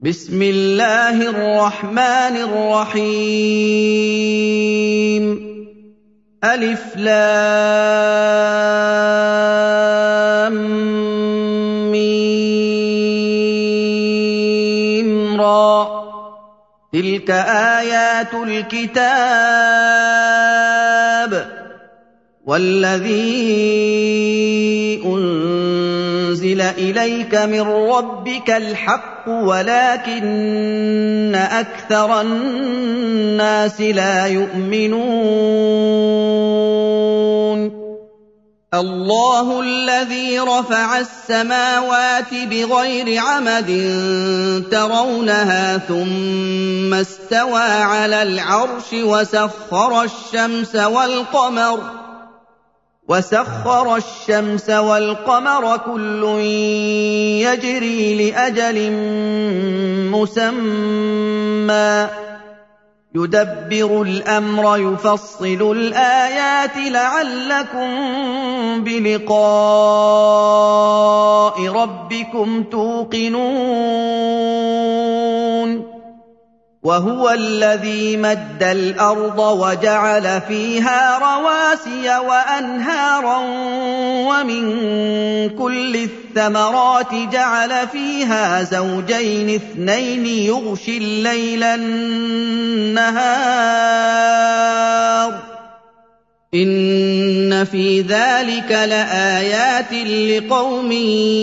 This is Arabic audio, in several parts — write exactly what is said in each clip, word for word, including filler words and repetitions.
بسم الله الرحمن الرحيم ألف لام ميم را تلك آيات الكتاب والذي أنزل إليك من ربك الحق ولكن أكثر الناس لا يؤمنون الله الذي رفع السماوات بغير عمد ترونها ثم استوى على العرش وسخر الشمس والقمر وسخر الشمس والقمر كل يجري لأجل مسمى يدبر الأمر يفصل الآيات لعلكم بلقاء ربكم توقنون وهو الذي مد الأرض وجعل فيها رواسي وأنهارا ومن كل الثمرات جعل فيها زوجين اثنين يغشي الليل النهار إن في ذلك لآيات لقوم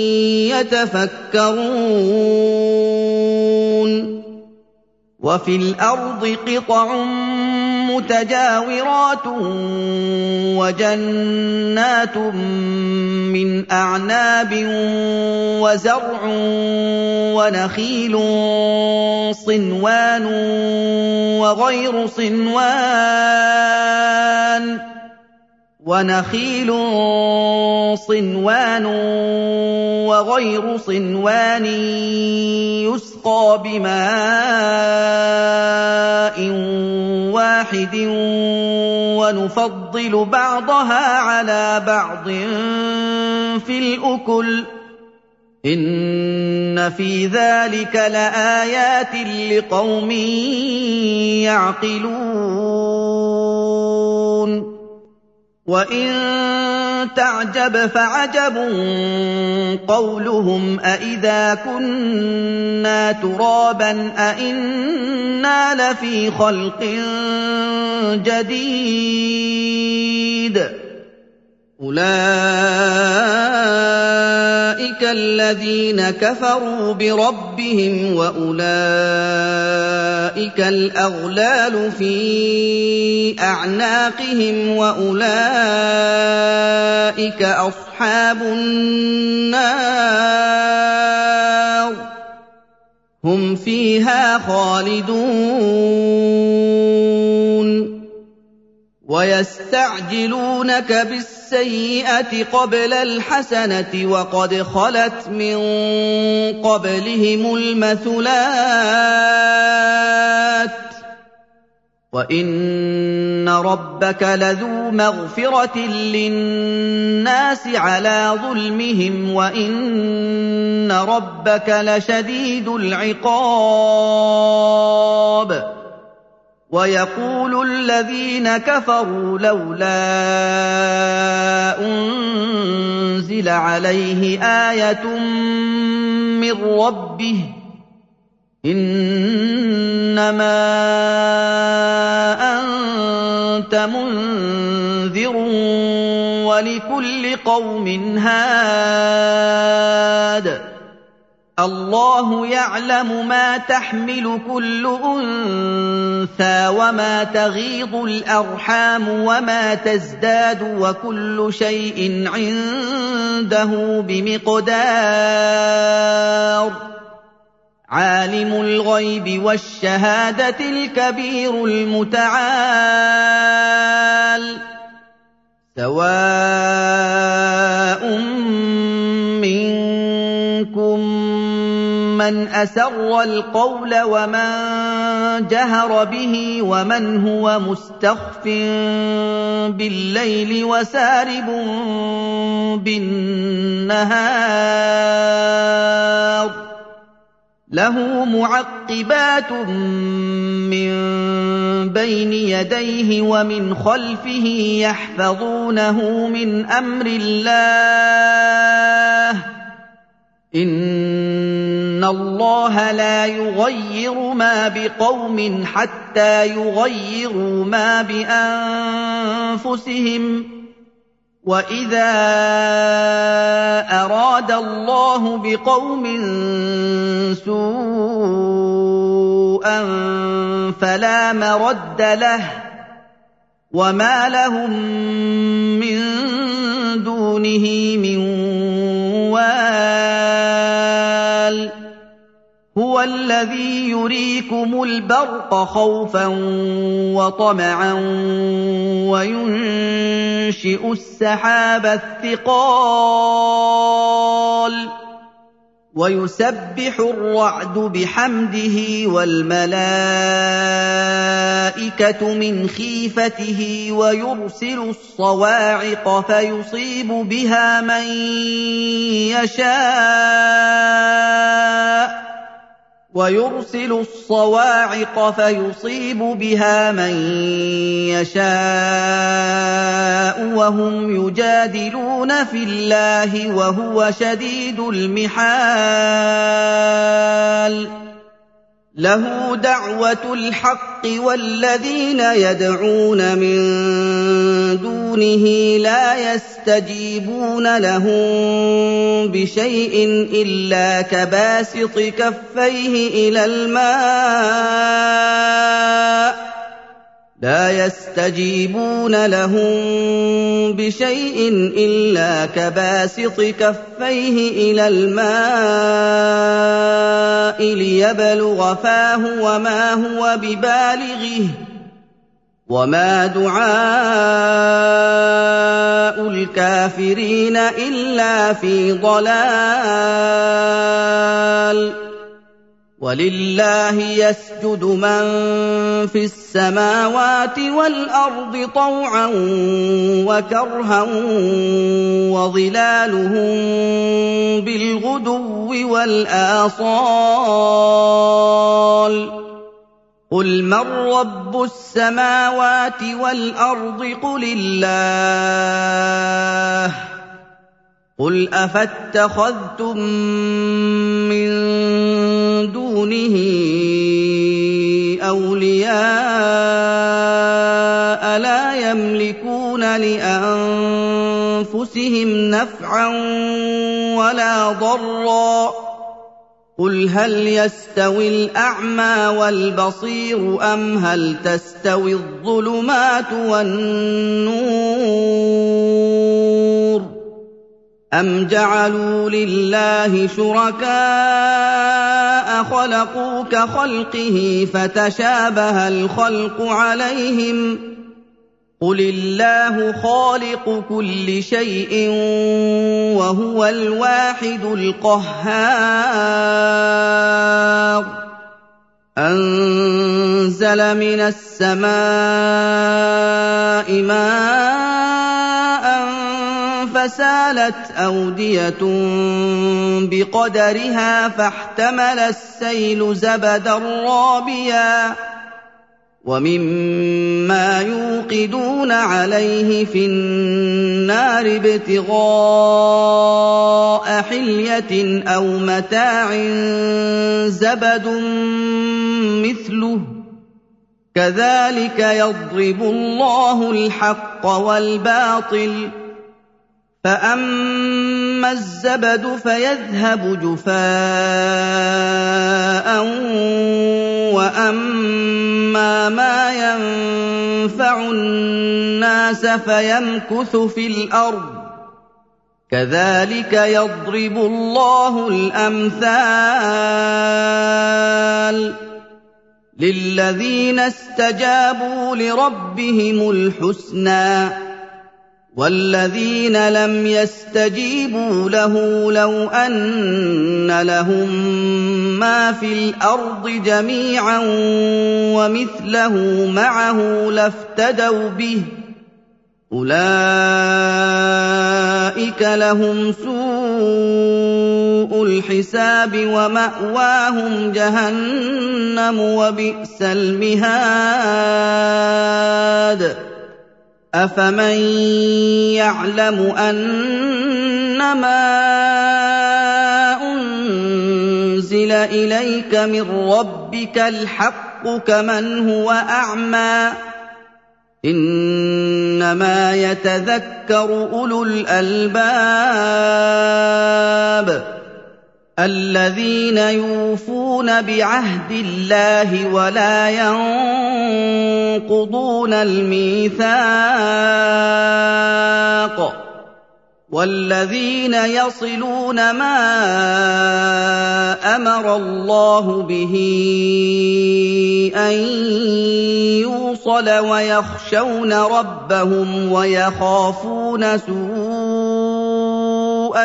يتفكرون وفي الأرض قطع متجاورات وجنات من أعناب وزرع ونخيل صنوان وغير صنوان ونخيل صنوان وغير صنوان يسقى بماء واحد ونفضل بعضها على بعض في الأكل إن في ذلك لآيات لقوم يعقلون وَإِن تَعْجَبْ فَعَجَبٌ قَوْلُهُمْ أَإِذَا كُنَّا تُرَابًا أَإِنَّا لَفِي خَلْقٍ جَدِيدٍ أُولَئِكَ الَّذِينَ كَفَرُوا بِرَبِّهِمْ وَأُولَئِكَ الْأَغْلَالُ فِي أَعْنَاقِهِمْ وَأُولَئِكَ أَصْحَابُ النَّارِ هُمْ فِيهَا خَالِدُونَ وَيَسْتَعْجِلُونَكَ بِالسَّيِّئَةِ قَبْلَ الْحَسَنَةِ وَقَدْ خَلَتْ مِن قَبْلِهِمُ الْمَثُلَاتُ وَإِنَّ رَبَّكَ لَذُو مَغْفِرَةٍ لِّلنَّاسِ عَلَىٰ ظُلْمِهِمْ وَإِنَّ رَبَّكَ لَشَدِيدُ الْعِقَابِ وَيَقُولُ الَّذِينَ كَفَرُوا لَوْلَا أُنزِلَ عَلَيْهِ آيَةٌ مِّن رَّبِّهِ إِنَّمَا أَنتَ مُنذِرٌ وَلِكُلِّ قَوْمٍ هَادٍ الله يعلم ما تحمل كل أنثى وما تغيض الأرحام وما تزداد وكل شيء عنده بمقدار عالم الغيب والشهادة الكبير المتعال سواء منكم من أسر القول ومن جهر به ومن هو مستخف بالليل وسارب بالنهار لَهُ مُعَقِّبَاتٌ مِّن بَيْنِ يَدَيْهِ وَمِنْ خَلْفِهِ يَحْفَظُونَهُ مِنْ أَمْرِ اللَّهِ ۗ إِنَّ اللَّهَ لَا يُغَيِّرُ مَا بِقَوْمٍ حَتَّىٰ يُغَيِّرُوا مَا بِأَنفُسِهِمْ ۗ وَإِذَا أَرَادَ اللَّهُ بِقَوْمٍ سُوءًا فَلَا مَرَدَّ لَهُ ۚ وَمَا لَهُم مِّن دُونِهِ مِن وَالٍ ۚ هُوَ الَّذِي يُرِيكُمُ الْبَرْقَ خَوْفًا وَطَمَعًا وَيُنشِئُ السَّحَابَ الثِّقَالَ وَيُسَبِّحُ الرَّعْدُ بِحَمْدِهِ وَالْمَلَائِكَةُ مِنْ خِيفَتِهِ وَيُرْسِلُ الصَّوَاعِقَ فَيُصِيبُ بِهَا مَن يَشَاءُ وَيُرْسِلُ الصَّوَاعِقَ فَيُصِيبُ بِهَا مَن يَشَاءُ وَهُمْ يُجَادِلُونَ فِي اللَّهِ وَهُوَ شَدِيدُ الْمِحَالِ لَهُ دَعْوَةُ الْحَقِّ وَالَّذِينَ يَدْعُونَ مِن دُونِهِ لَا يَسْتَجِيبُونَ لَهُم بِشَيْءٍ إِلَّا كَبَاسِطِ كَفَّيْهِ إِلَى الْمَاءِ لا يستجيبون لهم بشيء إلا كباسط كفيه إلى الماء ليبلغ فاه وما هو ببالغه وما دعاء الكافرين إلا في ضلال وَلِلَّهِ يَسْجُدُ مَن فِي السَّمَاوَاتِ وَالْأَرْضِ طَوْعًا وَكَرْهًا وَظِلَالُهُم بِالْغُدُوِّ وَالْآصَالِ قُلْ مَن رَّبُّ السَّمَاوَاتِ وَالْأَرْضِ قُلِ اللَّهُ قُلْ أَفَاتَّخَذْتُم مِّن دُونِهِ أَوْلِيَاءَ لَا يَمْلِكُونَ لِأَنفُسِهِمْ نَفْعًا وَلَا ضَرًّا قُلْ هَلْ يَسْتَوِي الْأَعْمَىٰ وَالْبَصِيرُ أَمْ هَلْ تَسْتَوِي الظُّلُمَاتُ وَالنُّورُ أَمْ جَعَلُوا لِلَّهِ شُرَكَاءَ خَلَقُوا كَخَلْقِهِ فَتَشَابَهَ الْخَلْقُ عَلَيْهِمْ ۚ قُلِ اللَّهُ خَالِقُ كُلِّ شَيْءٍ وَهُوَ الْوَاحِدُ الْقَهَّارُ أَنزَلَ مِنَ السَّمَاءِ مَاءً فَسَالَتْ أَوْدِيَةٌ بِقَدَرِهَا فَاحْتَمَلَ السَّيْلُ زَبَدًا رَّابِيًا وَمِمَّا يُوقِدُونَ عَلَيْهِ فِي النَّارِ ابْتِغَاءَ حِلْيَةٍ أَوْ مَتَاعٍ زَبَدٌ مِّثْلُهُ كَذَٰلِكَ يَضْرِبُ اللَّهُ الْحَقَّ وَالْبَاطِلَ فَأَمَّا الزَّبَدُ فَيَذْهَبُ جُفَاءً وَأَمَّا مَا يَنفَعُ النَّاسَ فَيَمْكُثُ فِي الْأَرْضِ كَذَٰلِكَ يَضْرِبُ اللَّهُ الْأَمْثَالَ لِلَّذِينَ اسْتَجَابُوا لِرَبِّهِمُ الْحُسْنَىٰ وَالَّذِينَ لَمْ يَسْتَجِيبُوا لَهُ لَوْ أَنَّ لَهُم مَّا فِي الْأَرْضِ جَمِيعًا وَمِثْلَهُ مَعَهُ لَافْتَدَوْا بِهِ ۚ أُولَٰئِكَ لَهُمْ سُوءُ سُوءُ الْحِسَابِ وَمَأْوَاهُمْ جَهَنَّمُ وَبِئْسَ الْمِهَادُ أَفَمَن يَعْلَمُ أَنَّمَا أُنزِلَ إِلَيْكَ مِن رَّبِّكَ الْحَقُّ كَمَنْ هُوَ أَعْمَىٰ إِنَّمَا يَتَذَكَّرُ أُولُو الْأَلْبَابِ الَّذِينَ يُوفُونَ بِعَهْدِ اللَّهِ وَلَا يَنقُضُونَ الْمِيثَاقَ وَالَّذِينَ يَصِلُونَ مَا أَمَرَ اللَّهُ بِهِ أَن يُوصَلَ وَيَخْشَوْنَ رَبَّهُمْ وَيَخَافُونَ سُوءَ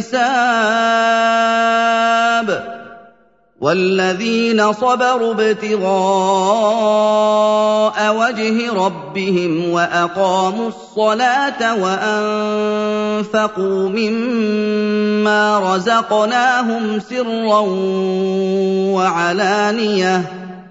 الْحِسَابِ وَالَّذِينَ صَبَرُوا ابْتِغَاءَ وَجْهِ رَبِّهِمْ وَأَقَامُوا الصَّلَاةَ وَأَنفَقُوا مِمَّا رَزَقْنَاهُمْ سِرًّا وَعَلَانِيَةً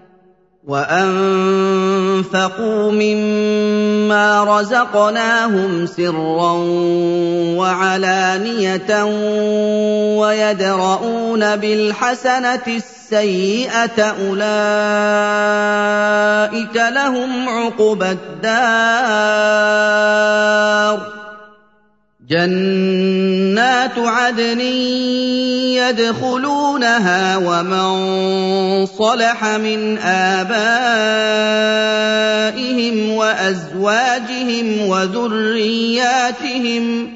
وَأَنفَقُوا مِمَّا رَزَقْنَاهُمْ سِرًّا وَعَلَانِيَةً وَيَدْرَءُونَ بِالْحَسَنَةِ السَّيِّئَةَ أُولَٰئِكَ لَهُمْ عُقْبَى الدَّارِ جَنَّاتُ عَدْنٍ يَدْخُلُونَهَا وَمَن صَلَحَ مِنْ آبَائِهِمْ وَأَزْوَاجِهِمْ وَذُرِّيَّاتِهِمْ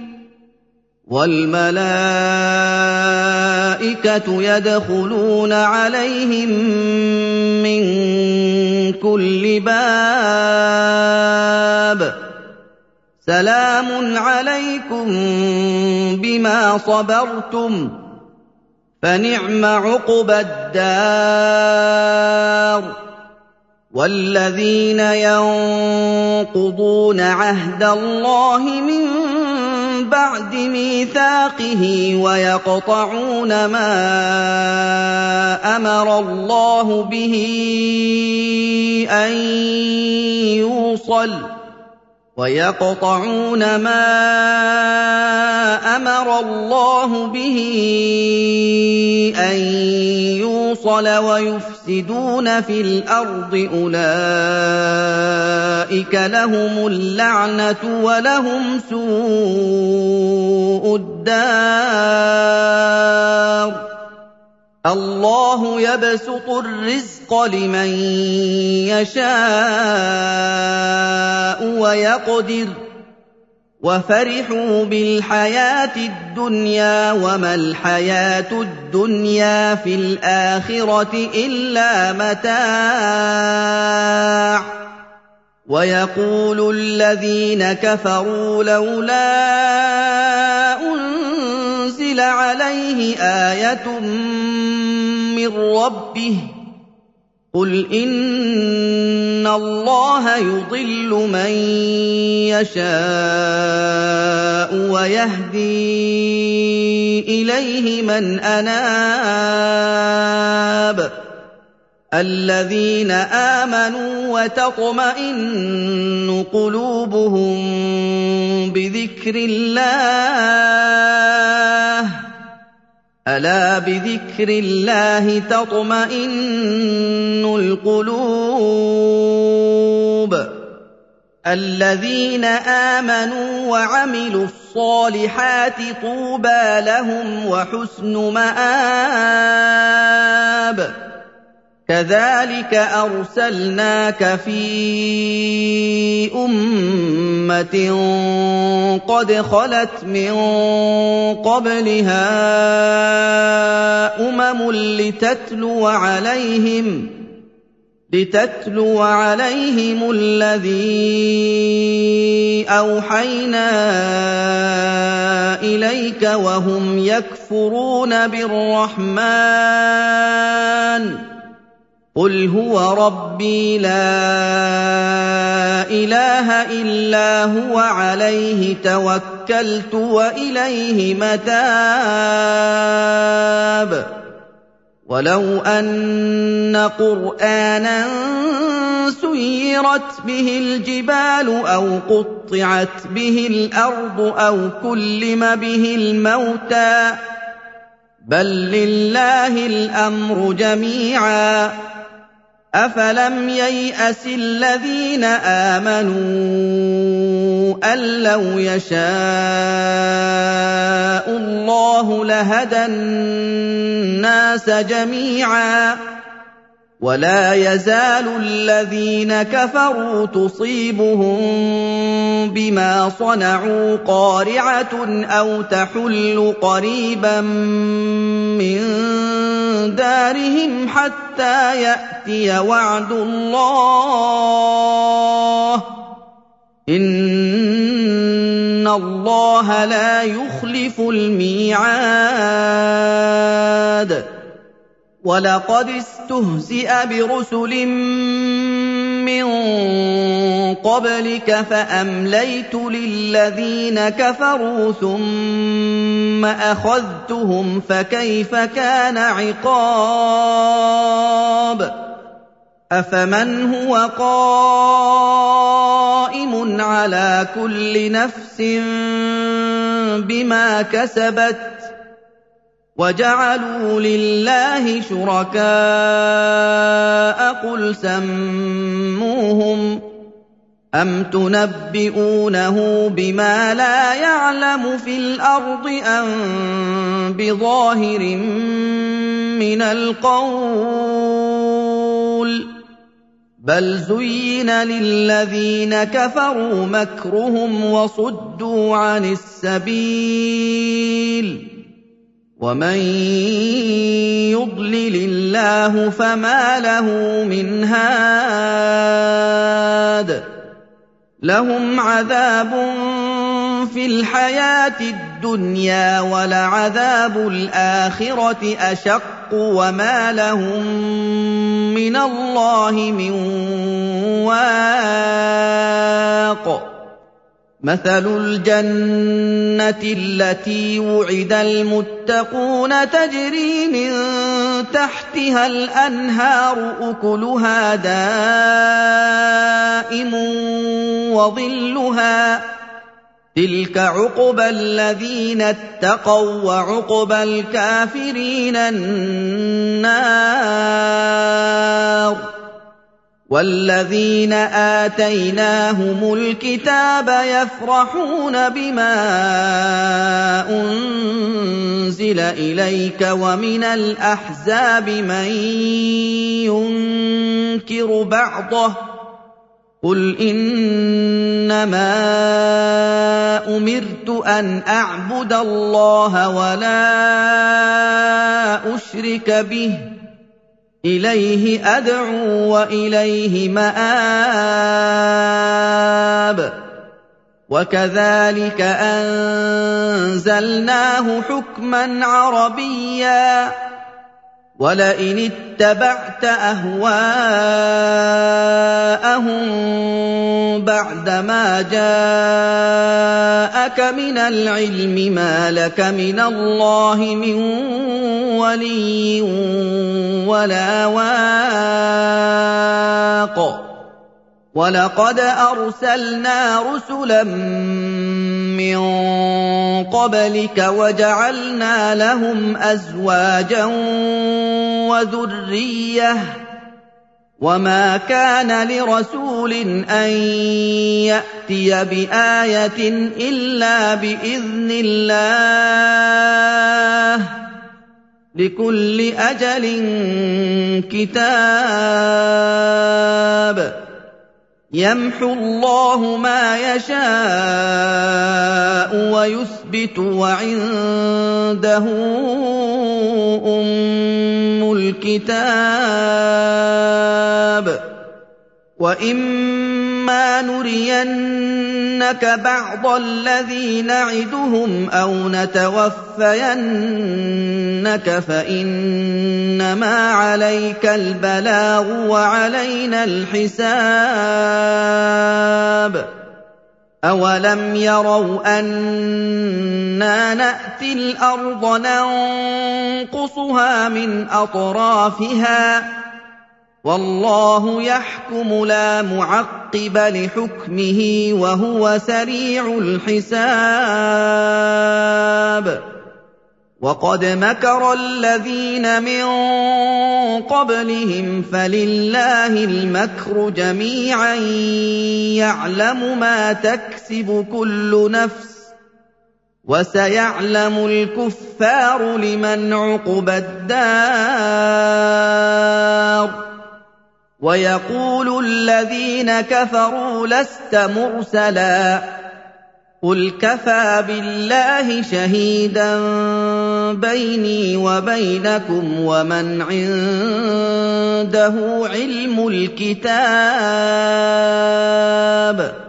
وَالْمَلَائِكَةُ يَدْخُلُونَ عَلَيْهِم مِّن كُلِّ بَابٍ سَلَامٌ عَلَيْكُم بِمَا صَبَرْتُمْ فَنِعْمَ عُقْبَى الدَّارِ وَالَّذِينَ يَنقُضُونَ عَهْدَ اللَّهِ مِن بَعْدِ مِيثَاقِهِ وَيَقْطَعُونَ مَا أَمَرَ اللَّهُ بِهِ أَن يُوصَلَ وَيَقْطَعُونَ مَا أَمَرَ اللَّهُ بِهِ أَن يُوصَلَ وَيُفْسِدُونَ فِي الْأَرْضِ أُولَٰئِكَ لَهُمُ اللَّعْنَةُ وَلَهُمْ سُوءُ الدَّارِ اللَّهُ يَبْسُطُ الرِّزْقَ لِمَن يَشَاءُ وَيَقْدِرُ وَفَرِحُوا بِالْحَيَاةِ الدُّنْيَا وَمَا الْحَيَاةُ الدُّنْيَا فِي الْآخِرَةِ إِلَّا مَتَاعٌ وَيَقُولُ الَّذِينَ كَفَرُوا لَوْلَا أُنزِلَ عَلَيْهِ آيَةٌ مِّن رَّبِّهِ قُلْ إِنَّ اللَّهَ يُضِلُّ مَن يَشَاءُ وَيَهْدِي إِلَيْهِ مَنْ أَنَابَ الَّذِينَ آمَنُوا وَتَطْمَئِنُّ قُلُوبُهُم بِذِكْرِ اللَّهِ أَلَا بِذِكْرِ اللَّهِ تَطْمَئِنُّ الْقُلُوبُ الَّذِينَ آمَنُوا وَعَمِلُوا الصَّالِحَاتِ طُوبَىٰ لَهُمْ وَحُسْنُ مَآبٍ كَذَٰلِكَ أَرْسَلْنَاكَ فِي أُمَّةٍ قَدْ خَلَتْ مِن قَبْلِهَا أُمَمٌ لِّتَتْلُوَ عَلَيْهِمْ لِتَتْلُوَ عَلَيْهِمُ الَّذِي أَوْحَيْنَا إِلَيْكَ وَهُمْ يَكْفُرُونَ بِالرَّحْمَٰنِ قُلْ هُوَ رَبِّي لَا إِلَٰهَ إِلَّا هُوَ عَلَيْهِ تَوَكَّلْتُ وَإِلَيْهِ مَتَابِ وَلَوْ أَنَّ قُرْآنًا سُيِّرَتْ بِهِ الْجِبَالُ أَوْ قُطِّعَتْ بِهِ الْأَرْضُ أَوْ كُلِّمَ بِهِ الْمَوْتَىٰ بَل لِّلَّهِ الْأَمْرُ جَمِيعًا ۗ أَفَلَمْ يَيْأَسِ الَّذِينَ آمَنُوا أَن لَّوْ يَشَاءُ اللَّهُ لَهَدَى النَّاسَ جَمِيعًا ۗ وَلَا يَزَالُ الَّذِينَ كَفَرُوا تُصِيبُهُم بِمَا صَنَعُوا قَارِعَةٌ أَوْ تَحُلُّ قَرِيبًا مِّن دَارِهِمْ حَتَّىٰ يَأْتِيَ وَعْدُ اللَّهِ ۚ إِنَّ اللَّهَ لَا يُخْلِفُ الْمِيعَادَ وَلَقَدِ اسْتُهْزِئَ بِرُسُلٍ مِّن قَبْلِكَ فَأَمْلَيْتُ لِلَّذِينَ كَفَرُوا ثُمَّ أَخَذْتُهُمْ فَكَيْفَ كَانَ عِقَابِ أَفَمَنْ هُوَ قَائِمٌ عَلَىٰ كُلِّ نَفْسٍ بِمَا كَسَبَتْ وَجَعَلُوا لِلَّهِ شُرَكَاءَ قُلْ سَمُّوهُمْ أَمْ تُنَبِّئُونَهُ بِمَا لَا يَعْلَمُ فِي الْأَرْضِ أَم بِظَاهِرٍ مِّنَ الْقَوْلِ ۗ بَلْ زُيِّنَ لِلَّذِينَ كَفَرُوا مَكْرُهُمْ وَصُدُّوا عَنِ السَّبِيلِ ۗ وَمَن يُضْلِلِ اللَّهُ فَمَا لَهُ مِنْ هَادٍ لَّهُمْ عَذَابٌ فِي الْحَيَاةِ الدُّنْيَا وَلَعَذَابُ الْآخِرَةِ أَشَقُّ وَمَا لَهُم مِّنَ اللَّهِ مِن وَاقٍ مَثَلُ الْجَنَّةِ الَّتِي وُعِدَ الْمُتَّقُونَ تَجْرِي مِن تَحْتِهَا الْأَنْهَارُ أُكُلُهَا دَائِمٌ وَظِلُّهَا ۚ تِلْكَ عُقْبَى الَّذِينَ اتَّقَوا ۖ وَّعُقْبَى الْكَافِرِينَ النَّارُ وَالَّذِينَ آتَيْنَاهُمُ الْكِتَابَ يَفْرَحُونَ بِمَا أُنزِلَ إِلَيْكَ وَمِنَ الْأَحْزَابِ مَن يُنكِرُ بَعْضَهُ ۚ قُلْ إِنَّمَا أُمِرْتُ أَنْ أَعْبُدَ اللَّهَ وَلَا أُشْرِكَ بِهِ ۚ إِلَيْهِ أَدْعُو وَإِلَيْهِ مَآبِ وَكَذَٰلِكَ أَنزَلْنَاهُ حُكْمًا عَرَبِيًّا ۚ وَلَئِنِ اتَّبَعْتَ أَهْوَاءَهُم بَعْدَمَا جَاءَكَ مِنَ الْعِلْمِ مَا لَكَ مِنَ اللَّهِ مِن وَلِيٍّ وَلَا وَاقٍ وَلَقَدْ أَرْسَلْنَا رُسُلًا مِّن قَبْلِكَ وَجَعَلْنَا لَهُمْ أَزْوَاجًا وَذُرِّيَّةً ۚ وَمَا كَانَ لِرَسُولٍ أَن يَأْتِيَ بِآيَةٍ إِلَّا بِإِذْنِ اللَّهِ ۗ لِكُلِّ أَجَلٍ كِتَابٌ يَمْحُو اللَّهُ مَا يَشَاءُ وَيُثْبِتُ ۖ وَعِندَهُ أُمُّ الْكِتَابِ وَإِمَّا إِمَّا نُرِيَنَّكَ بَعْضَ الَّذِي نَعِدُهُمْ أَوْ نَتَوَفَّيَنَّكَ فَإِنَّمَا عَلَيْكَ الْبَلَاغُ وَعَلَيْنَا الْحِسَابُ أَوَلَمْ يَرَوْا أَنَّا نَأْتِي الْأَرْضَ نَنقُصُهَا مِنْ أَطْرَافِهَا ۚ وَاللَّهُ يَحْكُمُ لَا مُعَقِّبَ لِحُكْمِهِ وَهُوَ سَرِيعُ الْحِسَابِ وَقَدْ مَكَرَ الَّذِينَ مِن قَبْلِهِمْ فَلِلَّهِ الْمَكْرُ جَمِيعًا يَعْلَمُ مَا تَكْسِبُ كُلُّ نَفْسٍ ۗ وَسَيَعْلَمُ الْكُفَّارُ لِمَنْ عُقْبَى الدَّارِ وَيَقُولُ الَّذِينَ كَفَرُوا لَسْتَ مُرْسَلًا ۚ قُلْ كَفَىٰ بِاللَّهِ شَهِيدًا بَيْنِي وَبَيْنَكُمْ وَمَنْ عِندَهُ عِلْمُ الْكِتَابِ